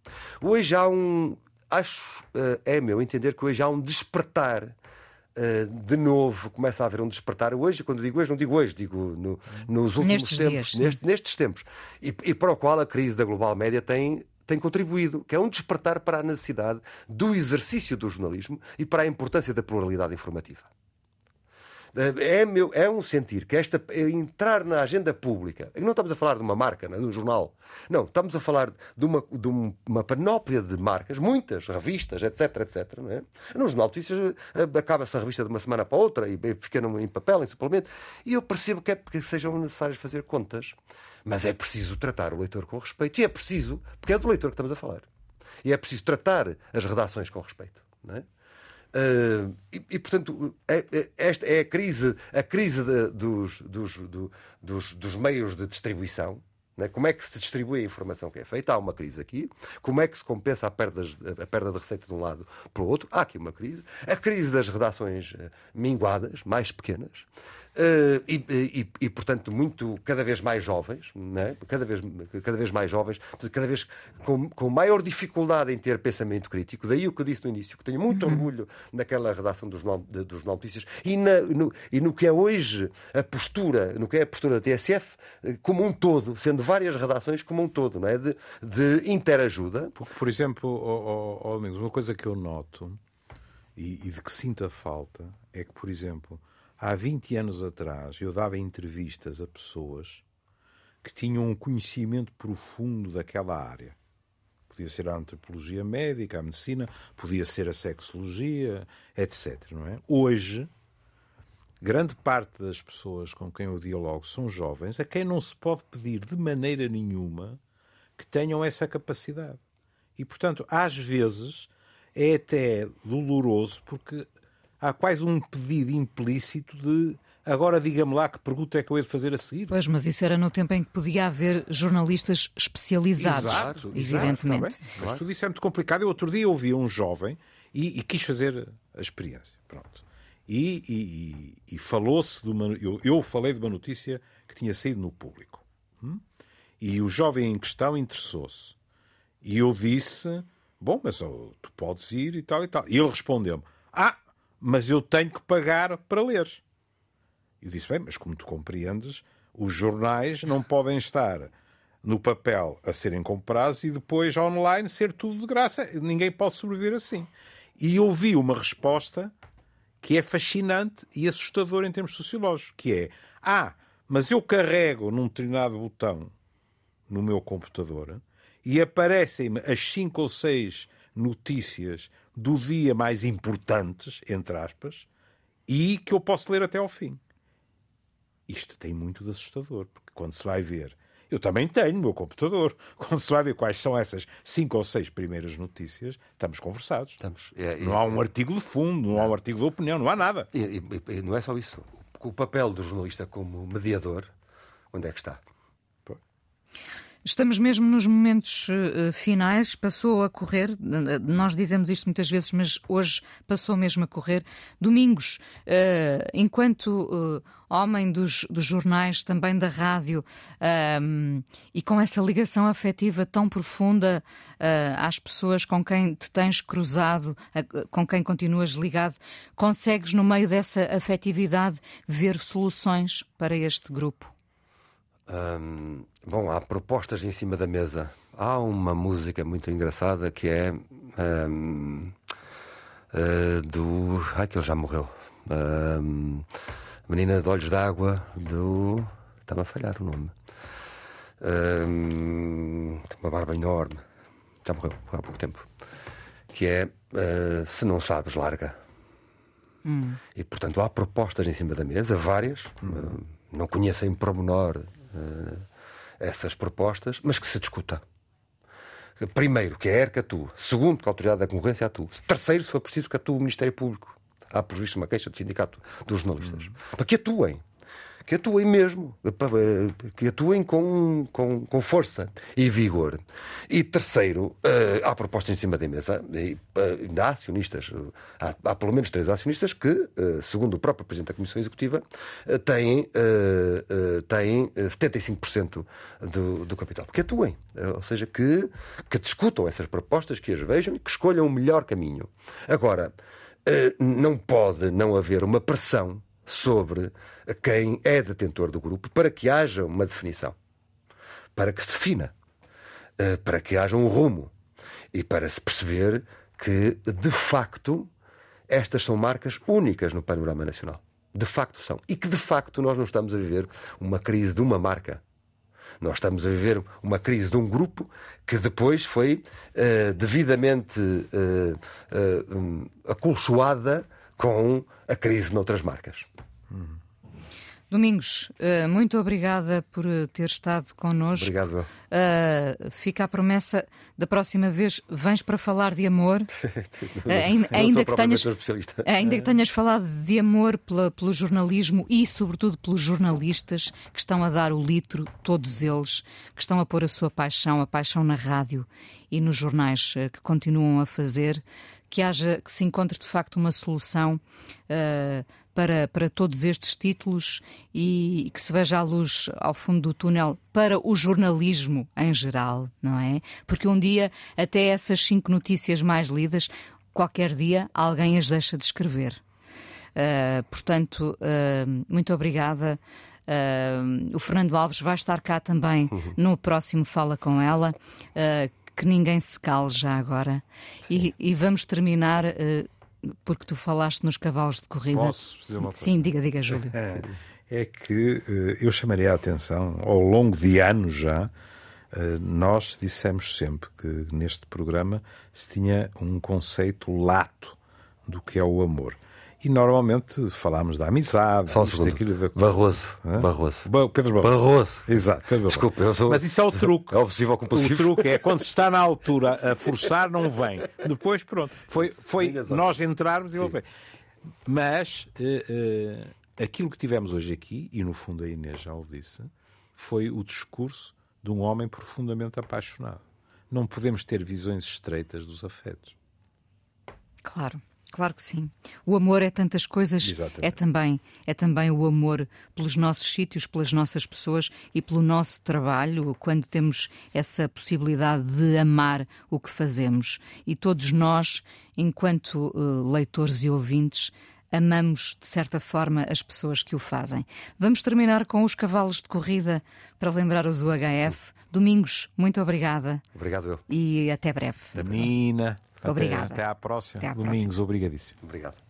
Hoje há um... Acho, é meu entender que hoje há um despertar. De novo, começa a haver um despertar. Hoje, quando digo hoje, não digo hoje, digo no, nos últimos nestes tempos. Dias, neste, nestes tempos. E, e para o qual a crise da global média tem... tem contribuído, que é um despertar para a necessidade do exercício do jornalismo e para a importância da pluralidade informativa. É, meu, é um sentir que esta, entrar na agenda pública, e não estamos a falar de uma marca, de um jornal, não, estamos a falar de uma, de uma panóplia de marcas, muitas revistas, etc, etc. Não é? No Jornal de Notícias acaba-se a revista de uma semana para outra e fica em papel, em suplemento, e eu percebo que é porque sejam necessárias fazer contas, mas é preciso tratar o leitor com respeito, e é preciso, porque é do leitor que estamos a falar, e é preciso tratar as redações com respeito, não é? Uh, e, e, portanto, é, é, esta é a crise, a crise de, dos, dos, do, dos, dos meios de distribuição. Né? Como é que se distribui a informação que é feita? Há uma crise aqui. Como é que se compensa a perda, a perda de receita de um lado pelo outro? Há aqui uma crise. A crise das redações minguadas, mais pequenas. Uh, e, e, e, portanto, muito, cada vez mais jovens, né? cada, vez, cada vez mais jovens, cada vez com, com maior dificuldade em ter pensamento crítico. Daí o que eu disse no início, que tenho muito uhum. orgulho naquela redação dos Jornal, dos Jornal Notícias e, na, no, e no que é hoje a postura, no que é a postura da T S F, como um todo, sendo várias redações como um todo, não é? de, de interajuda. Por, por exemplo, oh, oh, oh, amigos, uma coisa que eu noto e, e de que sinto a falta é que, por exemplo, há vinte anos atrás eu dava entrevistas a pessoas que tinham um conhecimento profundo daquela área. Podia ser a antropologia médica, a medicina, podia ser a sexologia, etcétera. Não é? Hoje, grande parte das pessoas com quem eu dialogo são jovens, a quem não se pode pedir de maneira nenhuma que tenham essa capacidade. E, portanto, às vezes é até doloroso porque há quase um pedido implícito de agora diga-me lá que pergunta é que eu hei de fazer a seguir. Pois, mas isso era no tempo em que podia haver jornalistas especializados, exato, evidentemente. Exato, tá, mas tudo isso é muito complicado. Eu outro dia ouvi um jovem e, e quis fazer a experiência. Pronto. E, e, e, e falou-se de uma... Eu, eu falei de uma notícia que tinha saído no Público. Hum? E o jovem em questão interessou-se. E eu disse, bom, mas oh, tu podes ir e tal e tal. E ele respondeu-me, ah, mas eu tenho que pagar para ler. Eu disse, bem, mas como tu compreendes, os jornais não podem estar no papel a serem comprados e depois online ser tudo de graça. Ninguém pode sobreviver assim. E ouvi uma resposta que é fascinante e assustadora em termos sociológicos, que é, ah, mas eu carrego num determinado botão no meu computador e aparecem-me as cinco ou seis notícias do dia mais importantes, entre aspas, e que eu posso ler até ao fim. Isto tem muito de assustador, porque quando se vai ver, eu também tenho no meu computador, quando se vai ver quais são essas cinco ou seis primeiras notícias, estamos conversados. Estamos. É, é, não há um artigo de fundo, não, não há um artigo de opinião, não há nada. E, e, e não é só isso. O, o papel do jornalista como mediador, onde é que está? Estamos mesmo nos momentos uh, finais, passou a correr, nós dizemos isto muitas vezes, mas hoje passou mesmo a correr. Domingos, uh, enquanto uh, homem dos, dos jornais, também da rádio, uh, e com essa ligação afetiva tão profunda uh, às pessoas com quem te tens cruzado, uh, com quem continuas ligado, consegues, no meio dessa afetividade, ver soluções para este grupo? Hum, bom, há propostas em cima da mesa. Há uma música muito engraçada que é hum, uh, do... Ai, que ele já morreu. Hum, Menina de Olhos d'Água do... Está-me a falhar o nome. Hum, uma barba enorme. Já morreu há pouco tempo. Que é uh, Se Não Sabes, Larga. Hum. E, portanto, há propostas em cima da mesa, várias. Hum. Uh, não conheço em pormenor Uh, essas propostas, mas que se discuta. Primeiro, que a E R C atue. Segundo, que a Autoridade da Concorrência atue. Terceiro, se for preciso, que atue o Ministério Público. Há, por visto, uma queixa do sindicato dos jornalistas. Uhum. Para que atuem. Que atuem mesmo. Que atuem com, com, com força e vigor. E terceiro, uh, há propostas em cima da mesa. E, uh, há acionistas. Uh, há, há pelo menos três acionistas que, uh, segundo o próprio Presidente da Comissão Executiva, uh, têm, uh, uh, têm setenta e cinco por cento do, do capital. Que atuem. Uh, ou seja, que, que discutam essas propostas, que as vejam e que escolham o melhor caminho. Agora, uh, não pode não haver uma pressão sobre quem é detentor do grupo para que haja uma definição, para que se defina, para que haja um rumo e para se perceber que, de facto, estas são marcas únicas no panorama nacional. De facto são. E que, de facto, nós não estamos a viver uma crise de uma marca. Nós estamos a viver uma crise de um grupo que depois foi uh, devidamente uh, uh, um, acolchoada com a crise noutras marcas. Hum. Domingos, muito obrigada por ter estado connosco. Obrigado. Uh, fica a promessa da próxima vez, vens para falar de amor. uh, ainda, ainda, que tenhas, ainda que tenhas falado de amor pela, pelo jornalismo e, sobretudo, pelos jornalistas que estão a dar o litro, todos eles, que estão a pôr a sua paixão, a paixão na rádio e nos jornais uh, que continuam a fazer, que haja, que se encontre de facto uma solução uh, para, para todos estes títulos e, e que se veja a luz ao fundo do túnel para o jornalismo em geral, não é? Porque um dia, até essas cinco notícias mais lidas, qualquer dia alguém as deixa de escrever. Uh, portanto, uh, muito obrigada. Uh, o Fernando Alves vai estar cá também uhum. no próximo Fala Com Ela. Uh, que ninguém se cale já agora. E, e vamos terminar, uh, porque tu falaste nos cavalos de corrida. Posso dizer uma coisa? Sim, diga, diga, Júlio. É que uh, eu chamaria a atenção, ao longo de anos já, uh, nós dissemos sempre que neste programa se tinha um conceito lato do que é o amor. E normalmente falámos da amizade. Só um segundo. Daquilo... Barroso. Hã? Barroso. Ba- Pedro Barroso. Barroso. Exato. Pedro Barroso. Desculpa, eu sou... Mas isso é o truque. É o possível compulsivo. O truque é quando se está na altura a forçar, não vem. Depois, pronto. Foi, foi nós entrarmos e ele veio. Mas uh, uh, aquilo que tivemos hoje aqui, e no fundo a Inês já o disse, foi o discurso de um homem profundamente apaixonado. Não podemos ter visões estreitas dos afetos. Claro. Claro que sim. O amor é tantas coisas. Exatamente. É também, é também o amor pelos nossos sítios, pelas nossas pessoas e pelo nosso trabalho, quando temos essa possibilidade de amar o que fazemos. E todos nós, enquanto uh, leitores e ouvintes, amamos, de certa forma, as pessoas que o fazem. Vamos terminar com os cavalos de corrida para lembrar os U H F. Domingos, muito obrigada. Obrigado eu. E até breve. Nina, Obrigada. até, até à próxima. Até à Domingos, próxima. obrigadíssimo. Obrigado.